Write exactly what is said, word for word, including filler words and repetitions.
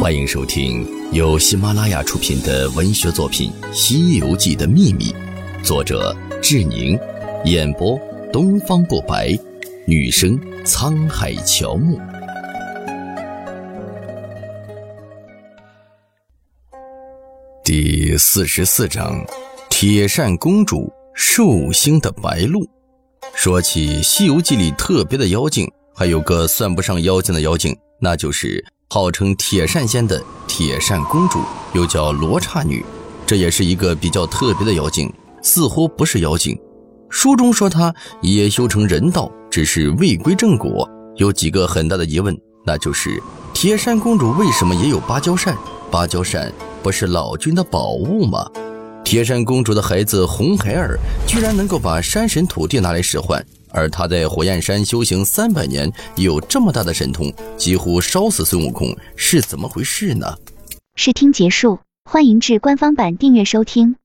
欢迎收听由喜马拉雅出品的文学作品《西游记的秘密》，作者志宁，演播东方不白，女生沧海乔木。第四十四章，铁扇公主寿星的白鹿。说起《西游记》里特别的妖精，还有个算不上妖精的妖精，那就是号称铁扇仙的铁扇公主，又叫罗刹女。这也是一个比较特别的妖精，似乎不是妖精。书中说她也修成人道，只是未归正果。有几个很大的疑问，那就是铁扇公主为什么也有芭蕉扇？芭蕉扇不是老君的宝物吗？铁扇公主的孩子红孩儿居然能够把山神土地拿来使唤，而他在火焰山修行三百年，有这么大的神通，几乎烧死孙悟空，是怎么回事呢？ 试听结束，欢迎至官方版订阅收听。